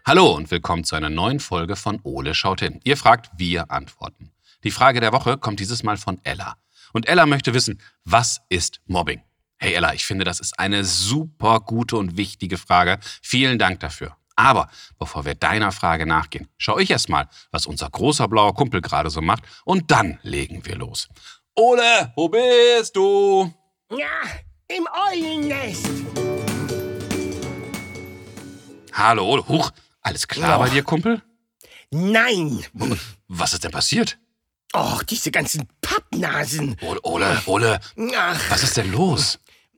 Hallo und willkommen zu einer neuen Folge von Ole schaut hin. Ihr fragt, wir antworten. Die Frage der Woche kommt dieses Mal von Ella. Und Ella möchte wissen, was ist Mobbing? Hey Ella, ich finde, das ist eine super gute und wichtige Frage. Vielen Dank dafür. Aber bevor wir deiner Frage nachgehen, schaue ich erst mal, was unser großer blauer Kumpel gerade so macht. Und dann legen wir los. Ole, wo bist du? Ja, im Eulennest. Hallo Ole, huch, alles klar bei dir, Kumpel? Nein. Was ist denn passiert? Och, diese ganzen Pappnasen. Ole, Ach, was ist denn los?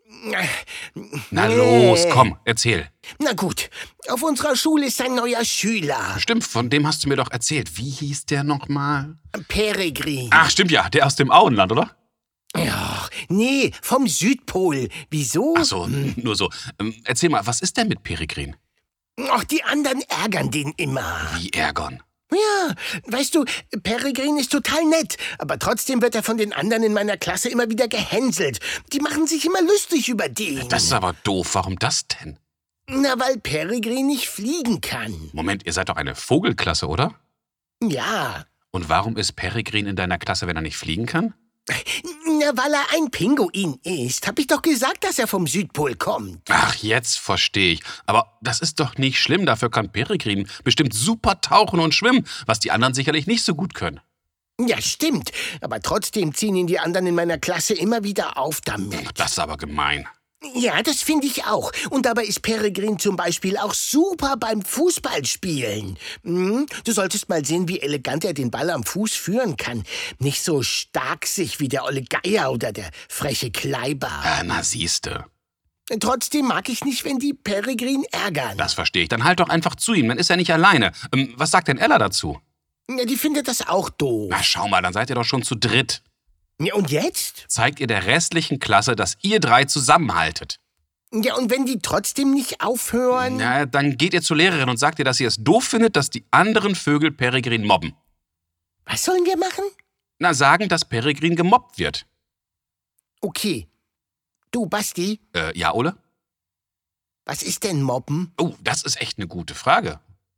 Na nee. los, komm, erzähl. Na gut, auf unserer Schule ist ein neuer Schüler. Stimmt, von dem hast du mir doch erzählt. Wie hieß der nochmal? Peregrin. Ach, stimmt ja, der aus dem Auenland, oder? Ja, nee, vom Südpol. Wieso? Ach so, nur so. Erzähl mal, was ist denn mit Peregrin? Och, die anderen ärgern den immer. Wie ärgern? Ja, weißt du, Peregrin ist total nett, aber trotzdem wird er von den anderen in meiner Klasse immer wieder gehänselt. Die machen sich immer lustig über den. Das ist aber doof. Warum das denn? Na, weil Peregrin nicht fliegen kann. Moment, ihr seid doch eine Vogelklasse, oder? Ja. Und warum ist Peregrin in deiner Klasse, wenn er nicht fliegen kann? Na, weil er ein Pinguin ist. Hab ich doch gesagt, dass er vom Südpol kommt. Ach, jetzt verstehe ich. Aber das ist doch nicht schlimm. Dafür kann Peregrin bestimmt super tauchen und schwimmen, was die anderen sicherlich nicht so gut können. Ja, stimmt. Aber trotzdem ziehen ihn die anderen in meiner Klasse immer wieder auf damit. Das ist aber gemein. Ja, das finde ich auch. Und dabei ist Peregrin zum Beispiel auch super beim Fußballspielen. Du solltest mal sehen, wie elegant er den Ball am Fuß führen kann. Nicht so starksig wie der olle Geier oder der freche Kleiber. Na siehste. Trotzdem mag ich nicht, wenn die Peregrin ärgern. Das verstehe ich. Dann halt doch einfach zu ihm, dann ist er nicht alleine. Was sagt denn Ella dazu? Ja, die findet das auch doof. Na schau mal, dann seid ihr doch schon zu dritt. Ja, und jetzt? Zeigt ihr der restlichen Klasse, dass ihr drei zusammenhaltet. Ja, und wenn die trotzdem nicht aufhören? Na, dann geht ihr zur Lehrerin und sagt ihr, dass ihr es doof findet, dass die anderen Vögel Peregrin mobben. Was sollen wir machen? Na, sagen, dass Peregrin gemobbt wird. Okay. Du, Basti, Ja, Ole? was ist denn Mobben? Oh, das ist echt eine gute Frage.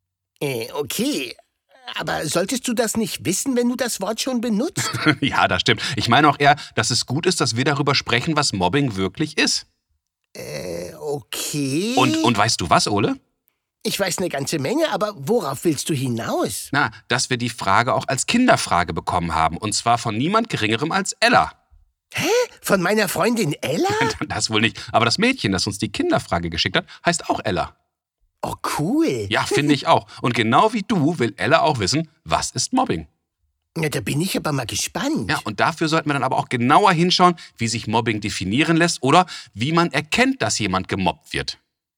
Okay. Aber solltest du das nicht wissen, wenn du das Wort schon benutzt? Ja, das stimmt. Ich meine auch eher, dass es gut ist, dass wir darüber sprechen, was Mobbing wirklich ist. Okay. Und weißt du was, Ole? Ich weiß eine ganze Menge, aber worauf willst du hinaus? Na, dass wir die Frage auch als Kinderfrage bekommen haben. Und zwar von niemand Geringerem als Ella. Von meiner Freundin Ella? Das wohl nicht. Aber das Mädchen, das uns die Kinderfrage geschickt hat, heißt auch Ella. Oh, cool. Ja, finde ich auch. Und genau wie du will Ella auch wissen, was ist Mobbing? Na, da bin ich aber mal gespannt. Ja, und dafür sollten wir dann aber auch genauer hinschauen, wie sich Mobbing definieren lässt oder wie man erkennt, dass jemand gemobbt wird.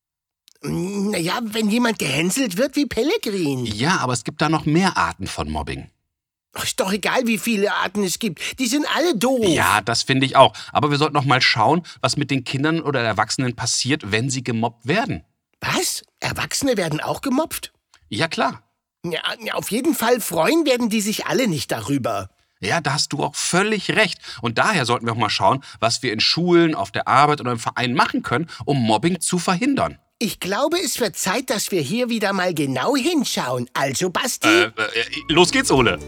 Naja, wenn jemand gehänselt wird wie Peregrin. Ja, aber es gibt da noch mehr Arten von Mobbing. Ach, ist doch egal, wie viele Arten es gibt. Die sind alle doof. Ja, das finde ich auch. Aber wir sollten noch mal schauen, was mit den Kindern oder Erwachsenen passiert, wenn sie gemobbt werden. Was? Erwachsene werden auch gemobbt? Ja, klar. Ja, auf jeden Fall freuen werden die sich alle nicht darüber. Ja, da hast du auch völlig recht. Und daher sollten wir auch mal schauen, was wir in Schulen, auf der Arbeit oder im Verein machen können, um Mobbing zu verhindern. Ich glaube, es wird Zeit, dass wir hier wieder mal genau hinschauen. Also, Basti? Los geht's, Ole.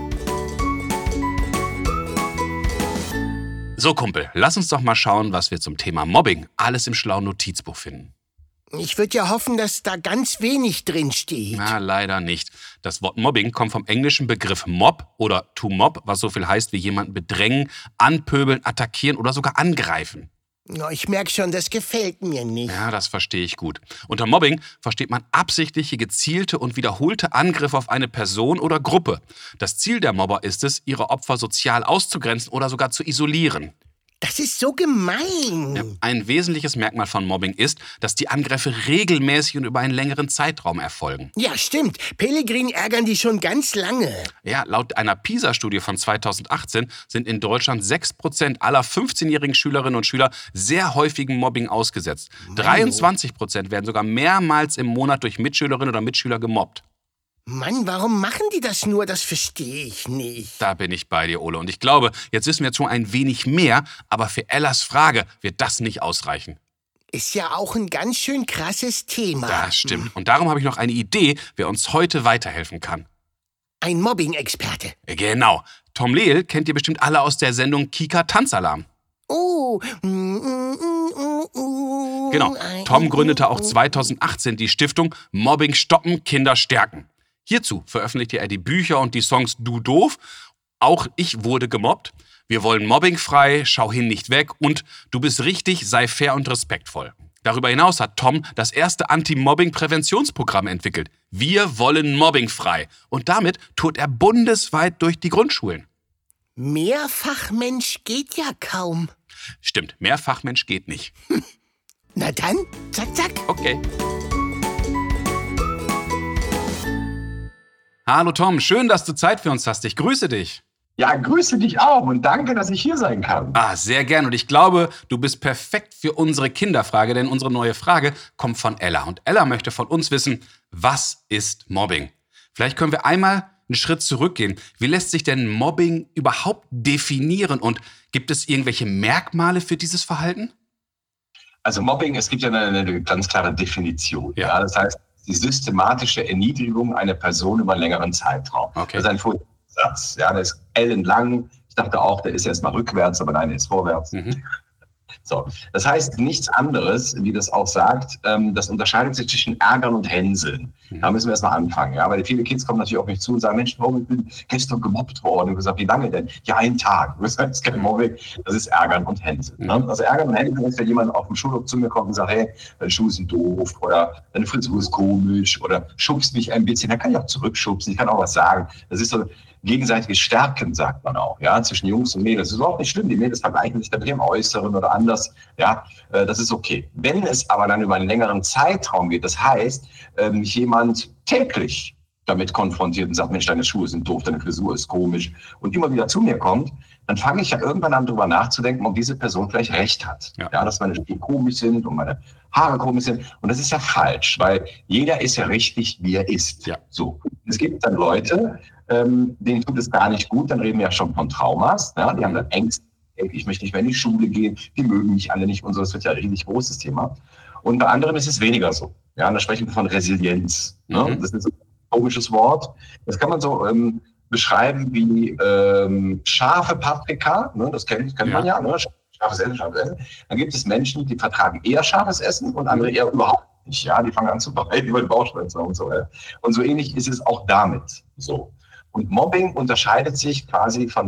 So, Kumpel, lass uns doch mal schauen, was wir zum Thema Mobbing alles im schlauen Notizbuch finden. Ich würde ja hoffen, dass da ganz wenig drin steht. Na, leider nicht. Das Wort Mobbing kommt vom englischen Begriff mob oder to mob, was so viel heißt wie jemanden bedrängen, anpöbeln, attackieren oder sogar angreifen. Ja, ich merke schon, das gefällt mir nicht. Ja, das verstehe ich gut. Unter Mobbing versteht man absichtliche, gezielte und wiederholte Angriffe auf eine Person oder Gruppe. Das Ziel der Mobber ist es, ihre Opfer sozial auszugrenzen oder sogar zu isolieren. Das ist so gemein. Ja, ein wesentliches Merkmal von Mobbing ist, dass die Angriffe regelmäßig und über einen längeren Zeitraum erfolgen. Ja, stimmt. Peregrin ärgern die schon ganz lange. Ja, laut einer PISA-Studie von 2018 sind in Deutschland 6% aller 15-jährigen Schülerinnen und Schüler sehr häufigen Mobbing ausgesetzt. 23% werden sogar mehrmals im Monat durch Mitschülerinnen oder Mitschüler gemobbt. Mann, warum machen die das nur? Das verstehe ich nicht. Da bin ich bei dir, Ole. Und ich glaube, jetzt wissen wir jetzt schon ein wenig mehr, aber für Ellas Frage wird das nicht ausreichen. Ist ja auch ein ganz schön krasses Thema. Das stimmt. Und darum habe ich noch eine Idee, wer uns heute weiterhelfen kann. Ein Mobbing-Experte. Genau. Tom Lehl kennt ihr bestimmt alle aus der Sendung Kika Tanzalarm. Oh. Genau. Tom gründete auch 2018 die Stiftung Mobbing stoppen, Kinder stärken. Hierzu veröffentlichte er die Bücher und die Songs Du doof. Auch ich wurde gemobbt. Wir wollen mobbingfrei, schau hin, nicht weg und du bist richtig, sei fair und respektvoll. Darüber hinaus hat Tom das erste Anti-Mobbing-Präventionsprogramm entwickelt. Wir wollen mobbingfrei. Und damit tourt er bundesweit durch die Grundschulen. Mehrfachmensch geht ja kaum. Stimmt, Mehrfachmensch geht nicht. Na dann, zack, zack. Okay. Hallo Tom, schön, dass du Zeit für uns hast. Ich grüße dich. Ja, grüße dich auch und danke, dass ich hier sein kann. Sehr gern. Und ich glaube, du bist perfekt für unsere Kinderfrage, denn unsere neue Frage kommt von Ella. Und Ella möchte von uns wissen, was ist Mobbing? Vielleicht können wir einmal einen Schritt zurückgehen. Wie lässt sich denn Mobbing überhaupt definieren? Und gibt es irgendwelche Merkmale für dieses Verhalten? Also Mobbing, es gibt ja eine ganz klare Definition. Ja. Ja, das heißt, die systematische Erniedrigung einer Person über einen längeren Zeitraum. Okay. Das ist ein Satz. Ja, der ist ellenlang. Ich dachte auch, der ist erst mal rückwärts, aber nein, der ist vorwärts. So, das heißt nichts anderes, wie das auch sagt, das unterscheidet sich zwischen Ärgern und Hänseln. Da müssen wir erstmal anfangen, ja, weil viele Kids kommen natürlich auf mich zu und sagen, Mensch, warum, ich bin gestern gemobbt worden. Und ich gesagt, wie lange denn? Ja, einen Tag. Das ist kein Mobbing, das ist Ärgern und Hänseln. Ne? Also Ärgern und Hänseln ist, wenn jemand auf dem Schulhof zu mir kommt und sagt, hey, deine Schuhe sind doof oder deine Frisur ist komisch oder schubst mich ein bisschen. Dann kann ich auch zurückschubsen, ich kann auch was sagen. Das ist so gegenseitiges Stärken, sagt man auch, ja, zwischen Jungs und Mädels. Das ist überhaupt nicht schlimm. Die Mädels vergleichen sich dann mit dem Äußeren oder anders. Ja, das ist okay. Wenn es aber dann über einen längeren Zeitraum geht, das heißt, mich jemand täglich damit konfrontiert und sagt, Mensch, deine Schuhe sind doof, deine Frisur ist komisch und immer wieder zu mir kommt, dann fange ich ja irgendwann an, darüber nachzudenken, ob diese Person vielleicht recht hat. Ja, dass meine Schuhe komisch sind und meine Haare komisch sind. Und das ist ja falsch, weil jeder ist ja richtig, wie er ist. Ja. So. Es gibt dann Leute, denen tut es gar nicht gut, dann reden wir ja schon von Traumas. Ja? Die haben dann Ängste, ich möchte nicht mehr in die Schule gehen, die mögen mich alle nicht und so. Das wird ja ein riesig großes Thema. Und bei anderen ist es weniger so. Ja, und da sprechen wir von Resilienz. Ne? Das ist ein komisches Wort. Das kann man so beschreiben wie scharfe Paprika. Ne? Das kennt man ja. Ne? Scharfes Essen, scharfes Essen. Dann gibt es Menschen, die vertragen eher scharfes Essen und andere eher überhaupt nicht. Ja, die fangen an zu breiten über die Bauchschmerzen und so. Ja? Und so ähnlich ist es auch damit so. Und Mobbing unterscheidet sich quasi von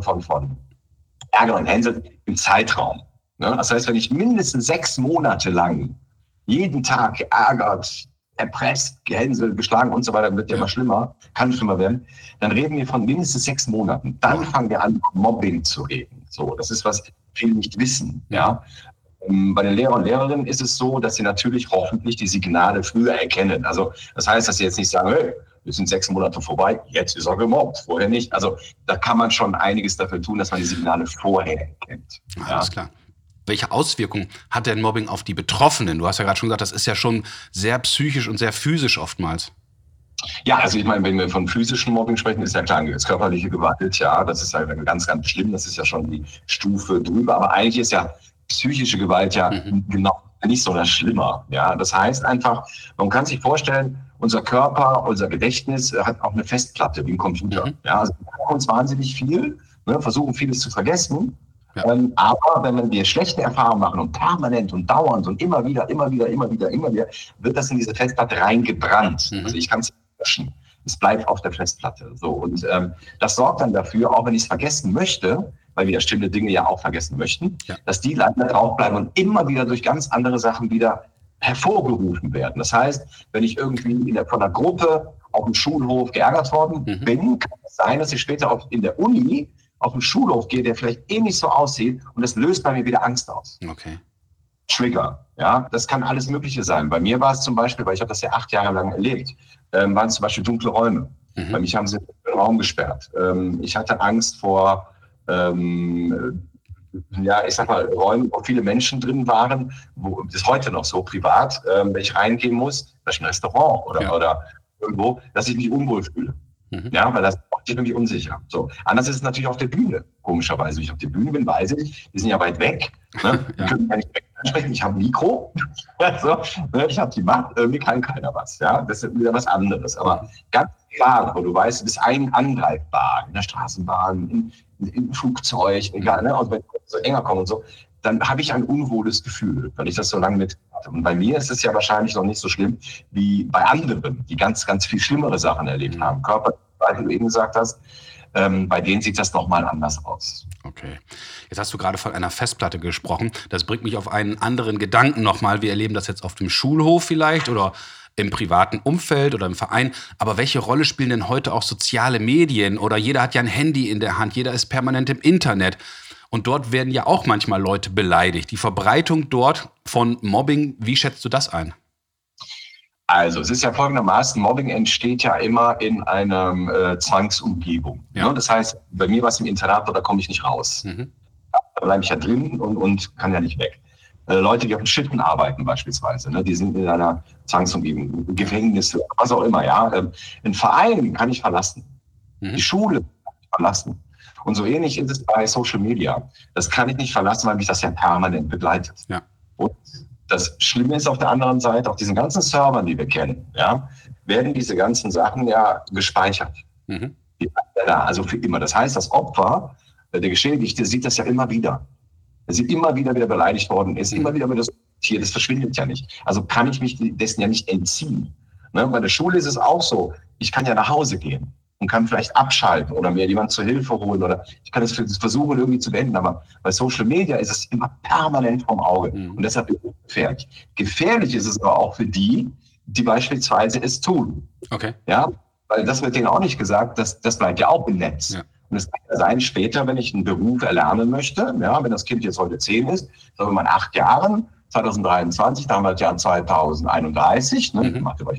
Ärger und Hänsel im Zeitraum. Ne? Das heißt, wenn ich mindestens 6 Monate lang jeden Tag geärgert, erpresst, gehänselt, geschlagen und so weiter, wird ja immer schlimmer, kann schlimmer werden, dann reden wir von mindestens 6 Monaten. Dann fangen wir an, Mobbing zu reden. So, das ist, was viele nicht wissen. Ja? Bei den Lehrern und Lehrerinnen ist es so, dass sie natürlich hoffentlich die Signale früher erkennen. Also das heißt, dass sie jetzt nicht sagen, hey, wir sind 6 Monate vorbei, jetzt ist er gemobbt, vorher nicht. Also da kann man schon einiges dafür tun, dass man die Signale vorher erkennt. Ja? Alles klar. Welche Auswirkungen hat denn Mobbing auf die Betroffenen? Du hast ja gerade schon gesagt, das ist ja schon sehr psychisch und sehr physisch oftmals. Ja, also ich meine, wenn wir von physischem Mobbing sprechen, ist ja klar, das körperliche Gewalt, ja, das ist ja ganz, ganz schlimm, das ist ja schon die Stufe drüber. Aber eigentlich ist ja psychische Gewalt ja genau nicht so das Schlimmer. Ja, das heißt einfach, man kann sich vorstellen, unser Körper, unser Gedächtnis hat auch eine Festplatte wie ein Computer. Ja, also wir brauchen uns wahnsinnig viel, ne, versuchen vieles zu vergessen. Ja. Aber wenn wir schlechte Erfahrungen machen und permanent und dauernd und immer wieder, wird das in diese Festplatte reingebrannt. Also ich kann es nicht löschen. Es bleibt auf der Festplatte. So. Und das sorgt dann dafür, auch wenn ich es vergessen möchte, weil wir ja bestimmte Dinge ja auch vergessen möchten, dass die leider draufbleiben und immer wieder durch ganz andere Sachen wieder hervorgerufen werden. Das heißt, wenn ich irgendwie von einer Gruppe auf dem Schulhof geärgert worden bin, kann es sein, dass ich später in der Uni auf den Schulhof gehe, der vielleicht ähnlich so aussieht und das löst bei mir wieder Angst aus. Okay. Trigger, ja, das kann alles Mögliche sein. Bei mir war es zum Beispiel, weil ich habe das ja 8 Jahre lang erlebt, waren es zum Beispiel dunkle Räume. Bei mich haben sie den Raum gesperrt. Ich hatte Angst vor, ich sag mal, Räumen, wo viele Menschen drin waren, wo das heute noch so privat, wenn ich reingehen muss, das ist ein Restaurant oder irgendwo, dass ich mich unwohl fühle. Ja, weil das macht mich irgendwie unsicher. So. Anders ist es natürlich auf der Bühne, komischerweise. Wenn ich auf der Bühne bin, weiß ich, die sind ja weit weg. Ne? Die können ja nicht weg. ansprechen, ich habe ein Mikro, also, ne, ich habe die Macht, mir kann keiner was. Ja? Das ist wieder was anderes. Aber ganz klar, wo du weißt, du bist angreifbar in der Straßenbahn, im Flugzeug, egal, ne? Also wenn ich so enger komme und so, dann habe ich ein unwohles Gefühl, weil ich das so lange mit hatte. Und bei mir ist es ja wahrscheinlich noch nicht so schlimm wie bei anderen, die ganz, ganz viel schlimmere Sachen erlebt haben. Körper, wie du eben gesagt hast, bei denen sieht das nochmal anders aus. Okay. Jetzt hast du gerade von einer Festplatte gesprochen. Das bringt mich auf einen anderen Gedanken nochmal. Wir erleben das jetzt auf dem Schulhof vielleicht oder im privaten Umfeld oder im Verein. Aber welche Rolle spielen denn heute auch soziale Medien? Oder jeder hat ja ein Handy in der Hand, jeder ist permanent im Internet. Und dort werden ja auch manchmal Leute beleidigt. Die Verbreitung dort von Mobbing, wie schätzt du das ein? Also, es ist ja folgendermaßen, Mobbing entsteht ja immer in einer Zwangsumgebung. Ja. Ne? Das heißt, bei mir war es im Internat, da komme ich nicht raus. Da bleibe ich ja drin und kann ja nicht weg. Leute, die auf den Schiffen arbeiten beispielsweise, ne? Die sind in einer Zwangsumgebung, Gefängnisse, was auch immer. Ja, einen Verein kann ich verlassen, die Schule kann ich verlassen. Und so ähnlich ist es bei Social Media. Das kann ich nicht verlassen, weil mich das ja permanent begleitet. Ja. Und das Schlimme ist auf der anderen Seite, auf diesen ganzen Servern, die wir kennen, ja, werden diese ganzen Sachen ja gespeichert. Also für immer. Das heißt, das Opfer, der Geschädigte, sieht das ja immer wieder. Er sieht immer wieder beleidigt worden, ist immer wieder das Tier, das verschwindet ja nicht. Also kann ich mich dessen ja nicht entziehen. Ne? Bei der Schule ist es auch so, ich kann ja nach Hause gehen und kann vielleicht abschalten oder mir jemand zur Hilfe holen oder ich kann es versuchen irgendwie zu beenden, aber bei Social Media ist es immer permanent vom Auge und deshalb ist es gefährlich. Gefährlich ist es aber auch für die beispielsweise es tun. Okay. Ja, weil das wird denen auch nicht gesagt, das bleibt ja auch im Netz. Ja. Und es kann ja sein, später, wenn ich einen Beruf erlernen möchte, ja, wenn das Kind jetzt heute 10 ist, sagen wir mal in 8 Jahren, 2023, da haben wir das Jahr 2031, ne,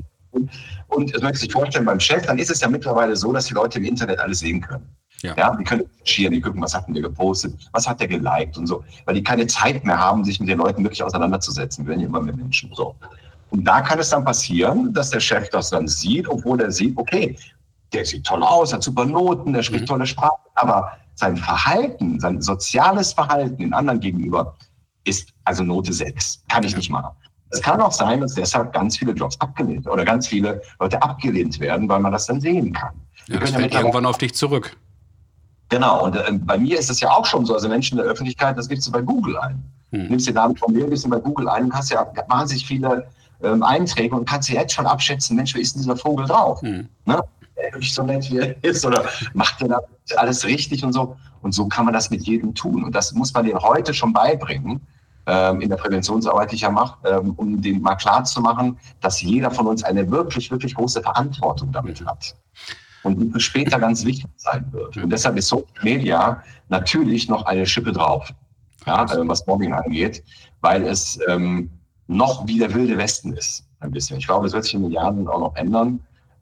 und es möchte sich vorstellen, beim Chef, dann ist es ja mittlerweile so, dass die Leute im Internet alles sehen können. Ja, die können recherchieren, die gucken, was hat denn der gepostet, was hat der geliked und so, weil die keine Zeit mehr haben, sich mit den Leuten wirklich auseinanderzusetzen. Wir werden ja immer mit Menschen so. Und da kann es dann passieren, dass der Chef das dann sieht, obwohl er sieht, okay, der sieht toll aus, hat super Noten, der spricht tolle Sprache, aber sein Verhalten, sein soziales Verhalten den anderen gegenüber ist also Note 6. Kann ich nicht machen. Es kann auch sein, dass deshalb ganz viele Jobs abgelehnt oder ganz viele Leute abgelehnt werden, weil man das dann sehen kann. Ja, das fällt irgendwann auf dich zurück. Genau, und bei mir ist es ja auch schon so, also Menschen in der Öffentlichkeit, das gibst du bei Google ein. Nimmst den Namen von mir ein bisschen bei Google ein und hast ja wahnsinnig viele Einträge und kannst ja jetzt schon abschätzen, Mensch, wie ist denn dieser Vogel drauf? Ne? Wirklich so nett, wie er ist, oder macht er da alles richtig und so. Und so kann man das mit jedem tun. Und das muss man denen heute schon beibringen, in der Präventionsarbeit, die ich ja mache, um denen mal klarzumachen, dass jeder von uns eine wirklich, wirklich große Verantwortung damit hat. Und die für später ganz wichtig sein wird. Und deshalb ist Social Media natürlich noch eine Schippe drauf, ja, was Mobbing angeht, weil es noch wie der wilde Westen ist. Ein bisschen. Ich glaube, es wird sich in den Jahren auch noch ändern.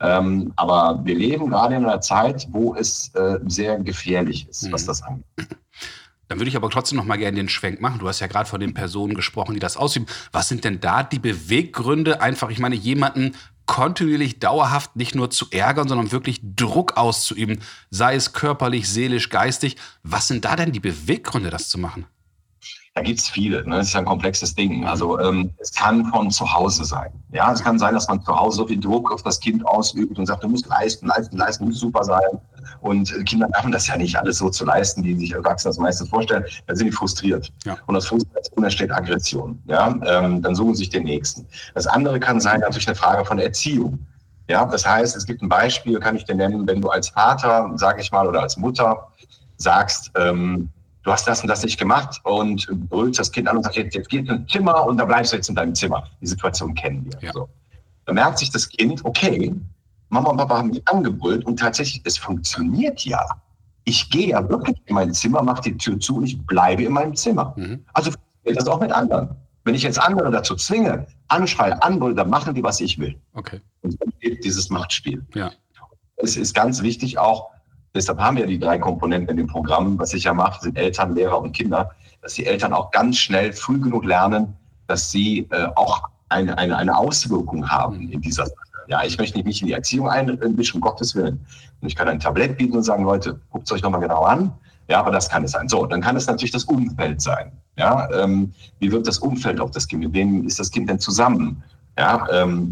Aber wir leben gerade in einer Zeit, wo es sehr gefährlich ist, was das angeht. Dann würde ich aber trotzdem noch mal gerne den Schwenk machen. Du hast ja gerade von den Personen gesprochen, die das ausüben. Was sind denn da die Beweggründe, einfach, ich meine, jemanden kontinuierlich, dauerhaft nicht nur zu ärgern, sondern wirklich Druck auszuüben, sei es körperlich, seelisch, geistig. Was sind da denn die Beweggründe, das zu machen? Da gibt's viele, ne? Das ist ja ein komplexes Ding. Also es kann von zu Hause sein. Ja, es kann sein, dass man zu Hause so viel Druck auf das Kind ausübt und sagt, du musst leisten, muss super sein. Und Kinder haben das ja nicht alles so zu leisten, wie sich Erwachsene das meistens vorstellen. Dann sind die frustriert. Ja. Und aus Frustration entsteht Aggression. Ja, dann suchen sich den Nächsten. Das andere kann sein, natürlich eine Frage von Erziehung. Ja, das heißt, es gibt ein Beispiel, kann ich dir nennen, wenn du als Vater, sage ich mal, oder als Mutter sagst, du hast das und das nicht gemacht und brüllst das Kind an und sagst, jetzt geht ein Zimmer und da bleibst du jetzt in deinem Zimmer. Die Situation kennen wir. Ja. So. Da merkt sich das Kind, okay, Mama und Papa haben mich angebrüllt und tatsächlich, es funktioniert ja. Ich gehe ja wirklich in mein Zimmer, mache die Tür zu und ich bleibe in meinem Zimmer. Also funktioniert das auch mit anderen. Wenn ich jetzt andere dazu zwinge, anschreie, anbrülle, dann machen die, was ich will. Okay. Und dann geht dieses Machtspiel. Ja. Es ist ganz wichtig auch, deshalb haben wir die 3 Komponenten in dem Programm. Was ich ja mache, sind Eltern, Lehrer und Kinder, dass die Eltern auch ganz schnell, früh genug lernen, dass sie auch eine Auswirkung haben in dieser Sache. Ja, ich möchte nicht in die Erziehung einmischen, um Gottes Willen. Und ich kann ein Tablett bieten und sagen, Leute, guckt es euch nochmal genau an. Ja, aber das kann es sein. So, dann kann es natürlich das Umfeld sein. Ja, wie wirkt das Umfeld auf das Kind? Mit wem ist das Kind denn zusammen? Ja,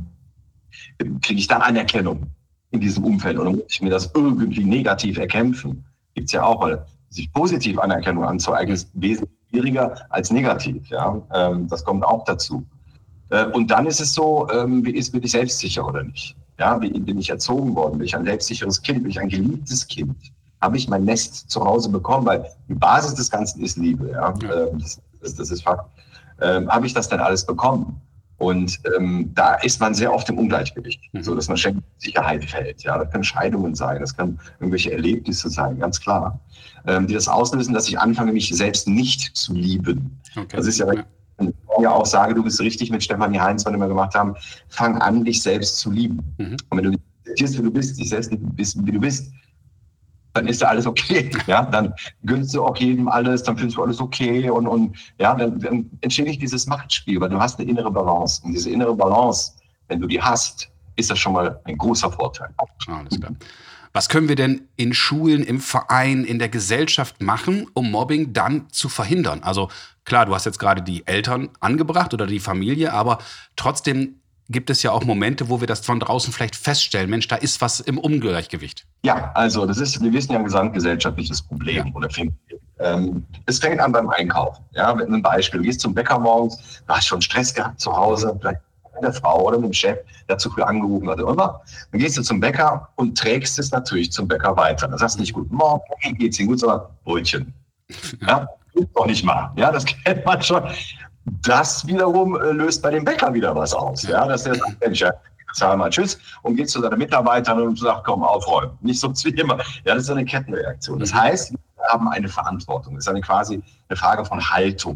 kriege ich dann Anerkennung in diesem Umfeld oder muss ich mir das irgendwie negativ erkämpfen? Gibt es ja auch, weil sich positiv Anerkennung anzueignen ist wesentlich schwieriger als negativ. Ja, das kommt auch dazu. Und dann ist es so, bin ich selbstsicher oder nicht? Ja, wie bin ich erzogen worden? Bin ich ein selbstsicheres Kind? Bin ich ein geliebtes Kind? Habe ich mein Nest zu Hause bekommen? Weil die Basis des Ganzen ist Liebe. Ja? Das ist Fakt. Habe ich das denn alles bekommen? Und da ist man sehr oft im Ungleichgewicht, so dass man ständig in Sicherheit fällt. Ja, das können Scheidungen sein, das können irgendwelche Erlebnisse sein, ganz klar, die das auslösen, dass ich anfange, mich selbst nicht zu lieben. Okay. Das ist ja, wenn ich auch sage, du bist richtig mit Stefanie Heinz, was wir gemacht haben, fang an, dich selbst zu lieben. Und wenn du dich akzeptierst, wie du bist, dich selbst bist, wie du bist, dann ist ja alles okay. Ja, dann gönnst du auch jedem alles, dann findest du alles okay und ja, dann entsteht nicht dieses Machtspiel, weil du hast eine innere Balance. Und diese innere Balance, wenn du die hast, ist das schon mal ein großer Vorteil. Alles klar. Was können wir denn in Schulen, im Verein, in der Gesellschaft machen, um Mobbing dann zu verhindern? Also klar, du hast jetzt gerade die Eltern angebracht oder die Familie, aber trotzdem gibt es ja auch Momente, wo wir das von draußen vielleicht feststellen, Mensch, da ist was im Ungleichgewicht. Ja, also wir wissen ja, ein gesamtgesellschaftliches Problem oder Phänomen. Es fängt an beim Einkaufen. Ja, mit einem Beispiel. Du gehst zum Bäcker morgens, du hast schon Stress gehabt zu Hause, vielleicht mit der Frau oder mit dem Chef, der zu früh angerufen hat oder immer. Dann gehst du zum Bäcker und trägst es natürlich zum Bäcker weiter. Dann sagst du nicht Guten Morgen, geht's Ihnen gut, sondern Brötchen. Ja, doch nicht mal. Ja, das kennt man schon. Das wiederum löst bei dem Bäcker wieder was aus. Ja, dass der sagt, Mensch, sag mal Tschüss und geht zu seinen Mitarbeitern und sagt, komm, aufräumen. Nicht so wie immer. Ja, das ist eine Kettenreaktion. Das heißt, wir haben eine Verantwortung. Das ist quasi eine Frage von Haltung.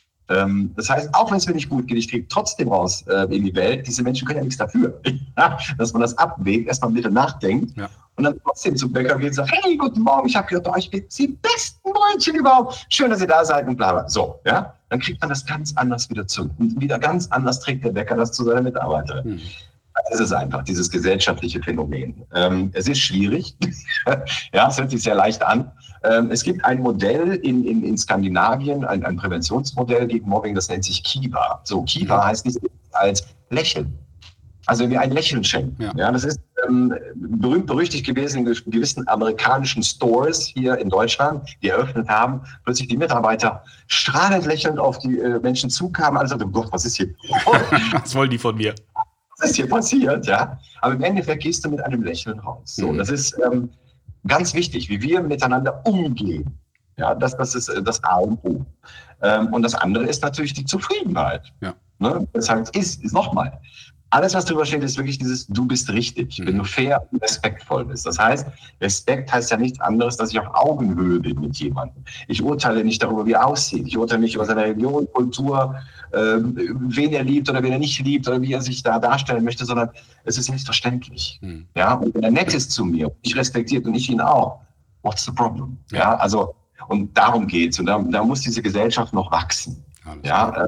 Das heißt, auch wenn es mir nicht gut geht, ich kriege trotzdem raus in die Welt. Diese Menschen können ja nichts dafür. Dass man das abwägt, erstmal ein bisschen nachdenkt und dann trotzdem zum Bäcker geht und sagt, hey, guten Morgen, ich habe gehört, euch gibt die besten Brötchen überhaupt. Schön, dass ihr da seid und bla bla. So, ja, dann kriegt man das ganz anders wieder zurück. Und wieder ganz anders trägt der Bäcker das zu seiner Mitarbeiterin. Das ist einfach, dieses gesellschaftliche Phänomen. Es ist schwierig. Ja, es hört sich sehr leicht an. Es gibt ein Modell in Skandinavien, ein Präventionsmodell gegen Mobbing, das nennt sich Kiva. So, Kiva heißt nichts als Lächeln. Also wie ein Lächeln schenken. Ja, das ist berühmt-berüchtigt gewesen in gewissen amerikanischen Stores hier in Deutschland, die eröffnet haben. Plötzlich die Mitarbeiter strahlend lächelnd auf die Menschen zukamen. Also, oh Gott, was ist hier? Was wollen die von mir? Was ist hier passiert? Ja, aber im Endeffekt gehst du mit einem Lächeln raus. So, das ist ganz wichtig, wie wir miteinander umgehen. Ja, das ist das A und O. Und das andere ist natürlich die Zufriedenheit. Ja. Ne? Das heißt, ist nochmal. Alles, was drüber steht, ist wirklich dieses, du bist richtig, wenn du fair und respektvoll bist. Das heißt, Respekt heißt ja nichts anderes, dass ich auf Augenhöhe bin mit jemandem. Ich urteile nicht darüber, wie er aussieht. Ich urteile nicht über seine Religion, Kultur, wen er liebt oder wen er nicht liebt oder wie er sich da darstellen möchte, sondern es ist selbstverständlich. Ja, und wenn er nett ist zu mir, ich respektiert und ich ihn auch, what's the problem? Ja, also, und darum geht's. Und da muss diese Gesellschaft noch wachsen. Ja,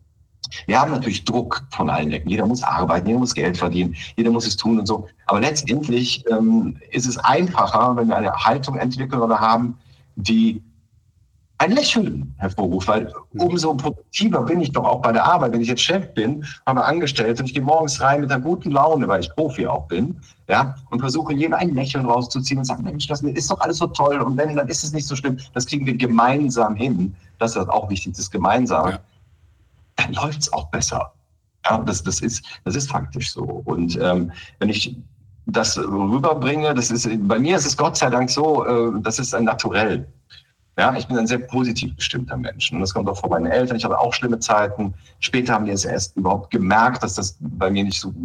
wir haben natürlich Druck von allen Ecken. Jeder muss arbeiten, jeder muss Geld verdienen, jeder muss es tun und so. Aber letztendlich ist es einfacher, wenn wir eine Haltung entwickeln oder haben, die ein Lächeln hervorruft. Weil umso produktiver bin ich doch auch bei der Arbeit. Wenn ich jetzt Chef bin, habe angestellt und ich gehe morgens rein mit einer guten Laune, weil ich Profi auch bin, ja, und versuche jedem ein Lächeln rauszuziehen und sage, Mensch, das ist doch alles so toll. Und wenn, dann ist es nicht so schlimm. Das kriegen wir gemeinsam hin. Das ist auch wichtig, das Gemeinsame. Ja. Dann läuft es auch besser. Ja, das ist faktisch so. Und wenn ich das rüberbringe, bei mir ist es Gott sei Dank so, das ist ein Naturell. Ja, ich bin ein sehr positiv bestimmter Mensch. Und das kommt auch von meinen Eltern. Ich hatte auch schlimme Zeiten. Später haben die es erst überhaupt gemerkt, dass das bei mir nicht so,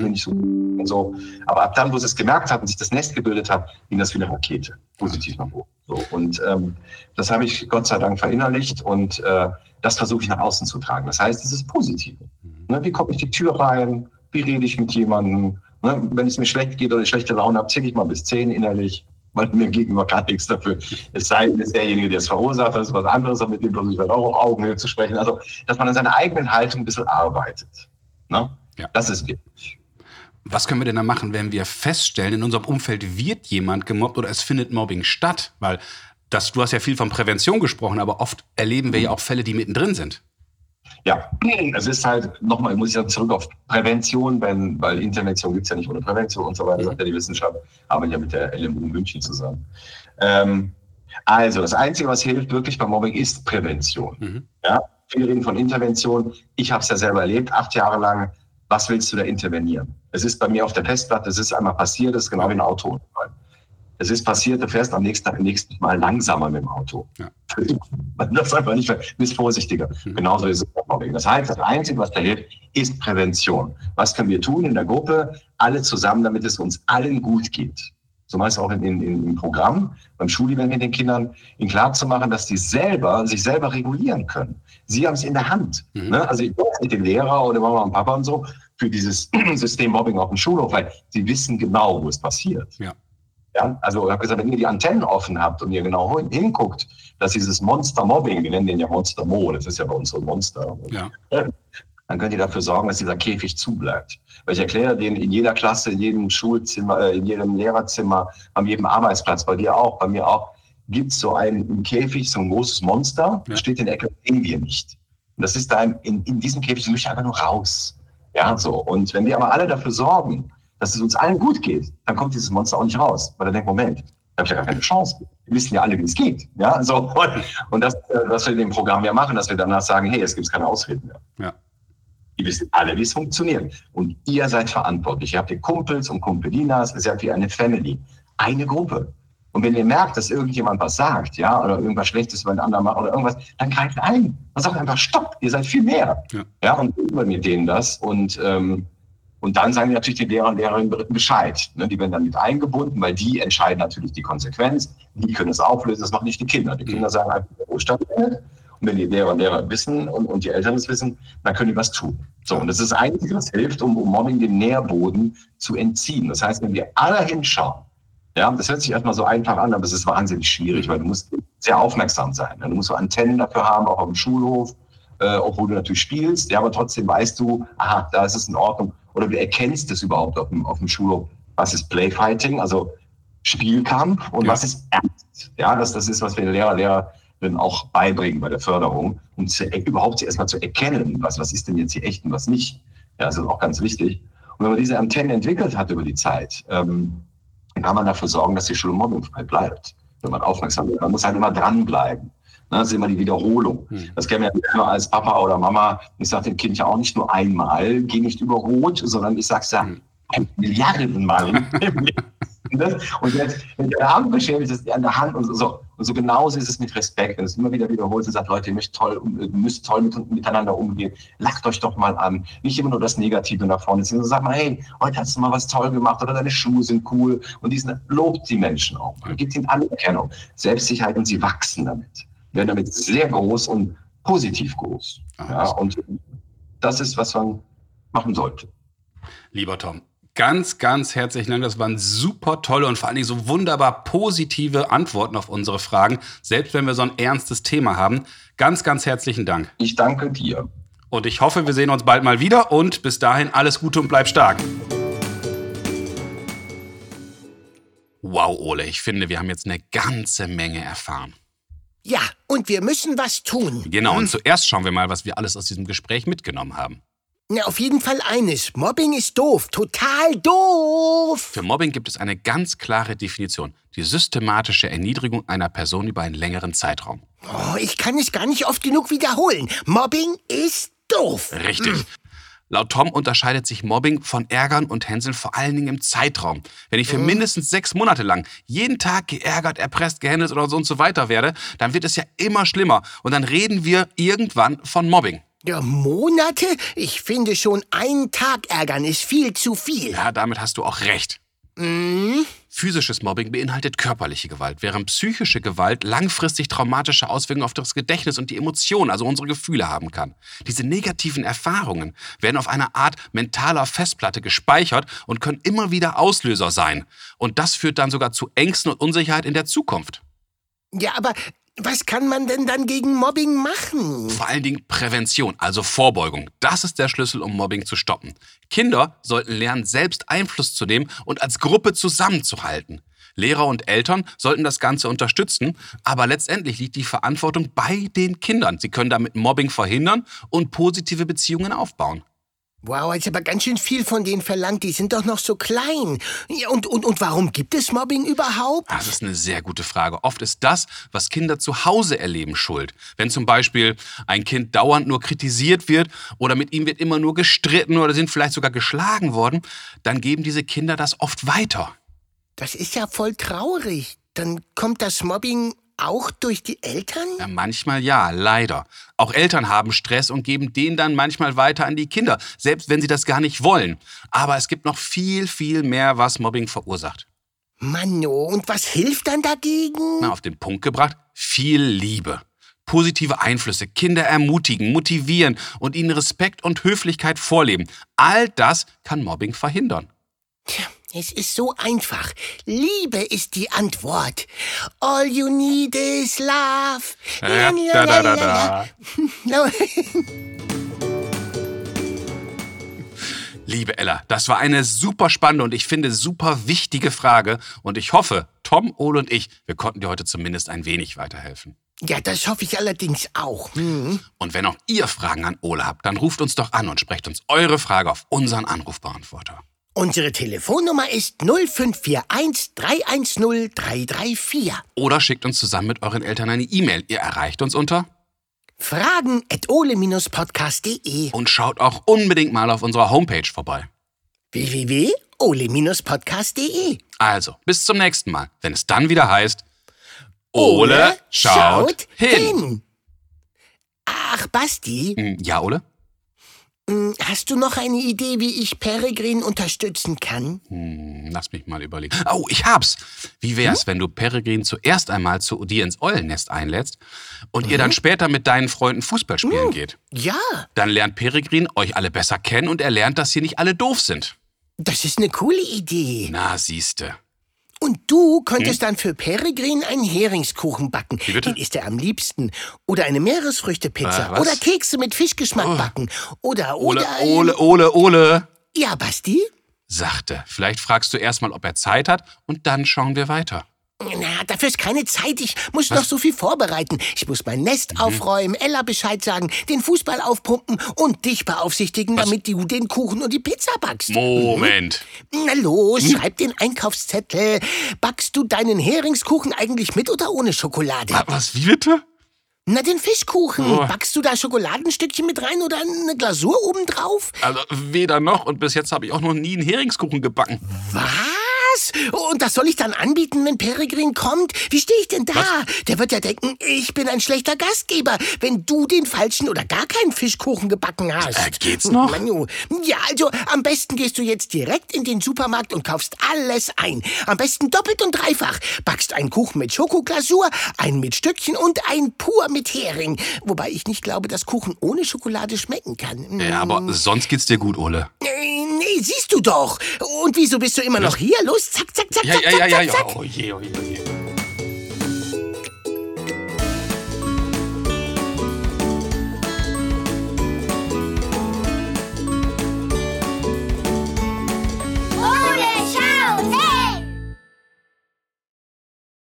und so. Aber ab dann, wo sie es gemerkt haben, sich das Nest gebildet hat, ging das wie eine Rakete. Positiv nach oben. So. Und das habe ich Gott sei Dank verinnerlicht und das versuche ich nach außen zu tragen. Das heißt, es ist positiv. Ne, wie komme ich die Tür rein? Wie rede ich mit jemandem? Ne, wenn es mir schlecht geht oder ich schlechte Laune habe, zähle ich mal bis 10 innerlich, weil mir gegenüber gar nichts dafür. Es sei denn, es ist derjenige, der es verursacht, das ist was anderes, aber mit dem versuche ich dann auch auf Augenhöhe zu sprechen. Also, dass man an seiner eigenen Haltung ein bisschen arbeitet. Ne? Ja. Das ist wichtig. Was können wir denn da machen, wenn wir feststellen, in unserem Umfeld wird jemand gemobbt oder es findet Mobbing statt? Weil Du hast ja viel von Prävention gesprochen, aber oft erleben wir ja auch Fälle, die mittendrin sind. Ja, es ist halt, nochmal, muss ich ja zurück auf Prävention, weil Intervention gibt es ja nicht ohne Prävention und so weiter, sagt ja die Wissenschaft, arbeiten ja mit der LMU München zusammen. Also, das Einzige, was hilft wirklich beim Mobbing, ist Prävention. Ja, viele reden von Intervention. Ich habe es ja selber erlebt, 8 Jahre lang. Was willst du da intervenieren? Es ist bei mir auf der Festplatte, es ist einmal passiert, es ist genau wie ein Auto. Es ist passiert, du fährst am nächsten Mal langsamer mit dem Auto. Ja. Das ist einfach nicht mehr, du bist vorsichtiger. Genauso ist es beim Mobbing. Das heißt, das Einzige, was da hilft, ist Prävention. Was können wir tun in der Gruppe? Alle zusammen, damit es uns allen gut geht. So meist auch im Programm, beim Schulevent mit den Kindern, ihnen klarzumachen, dass die sich selber regulieren können. Sie haben es in der Hand. Ne? Also ich bin mit dem Lehrer oder Mama und Papa und so für dieses System Mobbing auf dem Schulhof, weil sie wissen genau, wo es passiert. Ja. Ja, also ich habe gesagt, wenn ihr die Antennen offen habt und ihr genau hinguckt, dass dieses Monster-Mobbing, wir nennen den ja Monster-Mo, das ist ja bei uns so ein Monster, dann könnt ihr dafür sorgen, dass dieser Käfig zubleibt. Weil ich erkläre denen in jeder Klasse, in jedem Schulzimmer, in jedem Lehrerzimmer, an jedem Arbeitsplatz, bei dir auch, bei mir auch, gibt es so einen Käfig, so ein großes Monster, das steht in der Ecke, sehen wir nicht. Und das ist da in diesem Käfig, möchte ich einfach nur raus. Ja, so. Und wenn wir aber alle dafür sorgen, dass es uns allen gut geht, dann kommt dieses Monster auch nicht raus. Weil er denkt, Moment, da habe ich ja gar keine Chance. Wir wissen ja alle, wie es geht. Ja, so. Und das, was wir in dem Programm ja machen, dass wir danach sagen, hey, es gibt keine Ausreden mehr. Ja. Ihr wisst alle, wie es funktioniert. Und ihr seid verantwortlich. Ihr habt die Kumpels und Kumpelinas, ihr seid wie eine Family. Eine Gruppe. Und wenn ihr merkt, dass irgendjemand was sagt, ja, oder irgendwas Schlechtes über den anderen macht oder irgendwas, dann greift ein. Man sagt einfach, stopp, ihr seid viel mehr. Ja, und übernimmt denen das. Und dann sagen natürlich die Lehrer und Lehrerinnen Bescheid. Ne? Die werden dann mit eingebunden, weil die entscheiden natürlich die Konsequenz. Die können es auflösen, das machen nicht die Kinder. Die Kinder sagen einfach, wo stattfindet. Und wenn die Lehrer und Lehrer wissen und die Eltern es wissen, dann können die was tun. So, und das ist das Einzige, was hilft, um Mobbing den Nährboden zu entziehen. Das heißt, wenn wir alle hinschauen, ja, das hört sich erstmal so einfach an, aber es ist wahnsinnig schwierig, weil du musst sehr aufmerksam sein. Du musst so Antennen dafür haben, auch auf dem Schulhof, obwohl du natürlich spielst, ja, aber trotzdem weißt du, aha, da ist es in Ordnung. Oder du erkennst es überhaupt auf dem Schulhof. Was ist Playfighting, also Spielkampf, und was ist Ernst? Ja, das ist, was wir Lehrerinnen auch beibringen bei der Förderung, um überhaupt erstmal zu erkennen, was ist denn jetzt hier echt und was nicht. Ja, das ist auch ganz wichtig. Und wenn man diese Antennen entwickelt hat über die Zeit, dann kann man dafür sorgen, dass die Schule mobbingfrei bleibt. Wenn man aufmerksam ist. Man muss halt immer dranbleiben. Das ist immer die Wiederholung. Das kennen wir ja immer als Papa oder Mama. Ich sage dem Kind ja auch nicht nur einmal, geh nicht über Rot, sondern ich sage es ja Milliardenmal. Und jetzt, wenn der Arm beschädigt ist, an der Hand und so. Und so genauso ist es mit Respekt. Wenn du es immer wieder wiederholst und sagst, Leute, ihr müsst toll miteinander umgehen. Lacht euch doch mal an. Nicht immer nur das Negative nach vorne ziehen. Sag mal, hey, heute hast du mal was toll gemacht oder deine Schuhe sind cool. Und lobt die Menschen auch. Und gibt ihnen Anerkennung, Selbstsicherheit, und sie wachsen damit. Werden damit sehr groß und positiv groß. Ja, und das ist, was man machen sollte. Lieber Tom, ganz, ganz herzlichen Dank. Das waren super tolle und vor allen Dingen so wunderbar positive Antworten auf unsere Fragen, selbst wenn wir so ein ernstes Thema haben. Ganz, ganz herzlichen Dank. Ich danke dir. Und ich hoffe, wir sehen uns bald mal wieder und bis dahin alles Gute und bleib stark. Wow, Ole, ich finde, wir haben jetzt eine ganze Menge erfahren. Ja, und wir müssen was tun. Genau, und zuerst schauen wir mal, was wir alles aus diesem Gespräch mitgenommen haben. Na, auf jeden Fall eines. Mobbing ist doof. Total doof. Für Mobbing gibt es eine ganz klare Definition. Die systematische Erniedrigung einer Person über einen längeren Zeitraum. Oh, ich kann es gar nicht oft genug wiederholen. Mobbing ist doof. Richtig. Laut Tom unterscheidet sich Mobbing von Ärgern und Hänseln vor allen Dingen im Zeitraum. Wenn ich für mindestens 6 Monate lang jeden Tag geärgert, erpresst, gehänselt oder so und so weiter werde, dann wird es ja immer schlimmer. Und dann reden wir irgendwann von Mobbing. Ja, Monate? Ich finde schon, einen Tag ärgern ist viel zu viel. Ja, damit hast du auch recht. Physisches Mobbing beinhaltet körperliche Gewalt, während psychische Gewalt langfristig traumatische Auswirkungen auf das Gedächtnis und die Emotionen, also unsere Gefühle, haben kann. Diese negativen Erfahrungen werden auf einer Art mentaler Festplatte gespeichert und können immer wieder Auslöser sein. Und das führt dann sogar zu Ängsten und Unsicherheit in der Zukunft. Ja, aber was kann man denn dann gegen Mobbing machen? Vor allen Dingen Prävention, also Vorbeugung. Das ist der Schlüssel, um Mobbing zu stoppen. Kinder sollten lernen, selbst Einfluss zu nehmen und als Gruppe zusammenzuhalten. Lehrer und Eltern sollten das Ganze unterstützen, aber letztendlich liegt die Verantwortung bei den Kindern. Sie können damit Mobbing verhindern und positive Beziehungen aufbauen. Wow, ist aber ganz schön viel von denen verlangt. Die sind doch noch so klein. Ja, und warum gibt es Mobbing überhaupt? Das ist eine sehr gute Frage. Oft ist das, was Kinder zu Hause erleben, schuld. Wenn zum Beispiel ein Kind dauernd nur kritisiert wird oder mit ihm wird immer nur gestritten oder sind vielleicht sogar geschlagen worden, dann geben diese Kinder das oft weiter. Das ist ja voll traurig. Dann kommt das Mobbing auch durch die Eltern? Ja, manchmal ja, leider. Auch Eltern haben Stress und geben den dann manchmal weiter an die Kinder, selbst wenn sie das gar nicht wollen. Aber es gibt noch viel, viel mehr, was Mobbing verursacht. Manno, und was hilft dann dagegen? Na, auf den Punkt gebracht, viel Liebe. Positive Einflüsse, Kinder ermutigen, motivieren und ihnen Respekt und Höflichkeit vorleben. All das kann Mobbing verhindern. Tja, es ist so einfach. Liebe ist die Antwort. All you need is love. Liebe Ella, das war eine super spannende und ich finde super wichtige Frage. Und ich hoffe, Tom, Ole und ich, wir konnten dir heute zumindest ein wenig weiterhelfen. Ja, das hoffe ich allerdings auch. Und wenn auch ihr Fragen an Ole habt, dann ruft uns doch an und sprecht uns eure Frage auf unseren Anrufbeantworter. Unsere Telefonnummer ist 0541 310 334. Oder schickt uns zusammen mit euren Eltern eine E-Mail. Ihr erreicht uns unter fragen@ole-podcast.de. und schaut auch unbedingt mal auf unserer Homepage vorbei. www.ole-podcast.de. Also, bis zum nächsten Mal, wenn es dann wieder heißt Ole schaut hin. Ach, Basti, Ja, Ole? hast du noch eine Idee, wie ich Peregrin unterstützen kann? Lass mich mal überlegen. Oh, ich hab's. Wie wär's, wenn du Peregrin zuerst einmal zu dir ins Eulennest einlädst und ihr dann später mit deinen Freunden Fußball spielen geht? Ja, Dann lernt Peregrin euch alle besser kennen und er lernt, dass hier nicht alle doof sind. das ist eine coole Idee. Na, siehste. Und du könntest dann für Peregrin einen Heringskuchen backen. Wie bitte? Den isst er am liebsten. Oder eine Meeresfrüchtepizza. Was? Oder Kekse mit Fischgeschmack backen. Oder... Ole. Ja, Basti? Sagte. Vielleicht fragst du erstmal, ob er Zeit hat und dann schauen wir weiter. Na, dafür ist keine Zeit. Ich muss noch so viel vorbereiten. Ich muss mein Nest aufräumen, Ella Bescheid sagen, den Fußball aufpumpen und dich beaufsichtigen, damit du den Kuchen und die Pizza backst. Moment. Na los, schreib den Einkaufszettel. Backst du deinen Heringskuchen eigentlich mit oder ohne Schokolade? Was, wie bitte? Na, den Fischkuchen. Oh. Backst du da Schokoladenstückchen mit rein oder eine Glasur obendrauf? Also weder noch und bis jetzt habe ich auch noch nie einen Heringskuchen gebacken. Was? Und das soll ich dann anbieten, wenn Peregrin kommt? Wie stehe ich denn da? Was? Der wird ja denken, ich bin ein schlechter Gastgeber, wenn du den falschen oder gar keinen Fischkuchen gebacken hast. Geht's noch? Manu. Ja, also am besten gehst du jetzt direkt in den Supermarkt und kaufst alles ein. Am besten doppelt und dreifach. Backst einen Kuchen mit Schokoglasur, einen mit Stückchen und einen pur mit Hering. Wobei ich nicht glaube, dass Kuchen ohne Schokolade schmecken kann. Ja, aber sonst geht's dir gut, Ole. Nee, siehst du doch. Und wieso bist du immer noch hier? Los, zack, zack, zack, zack, zack, zack. Oh je.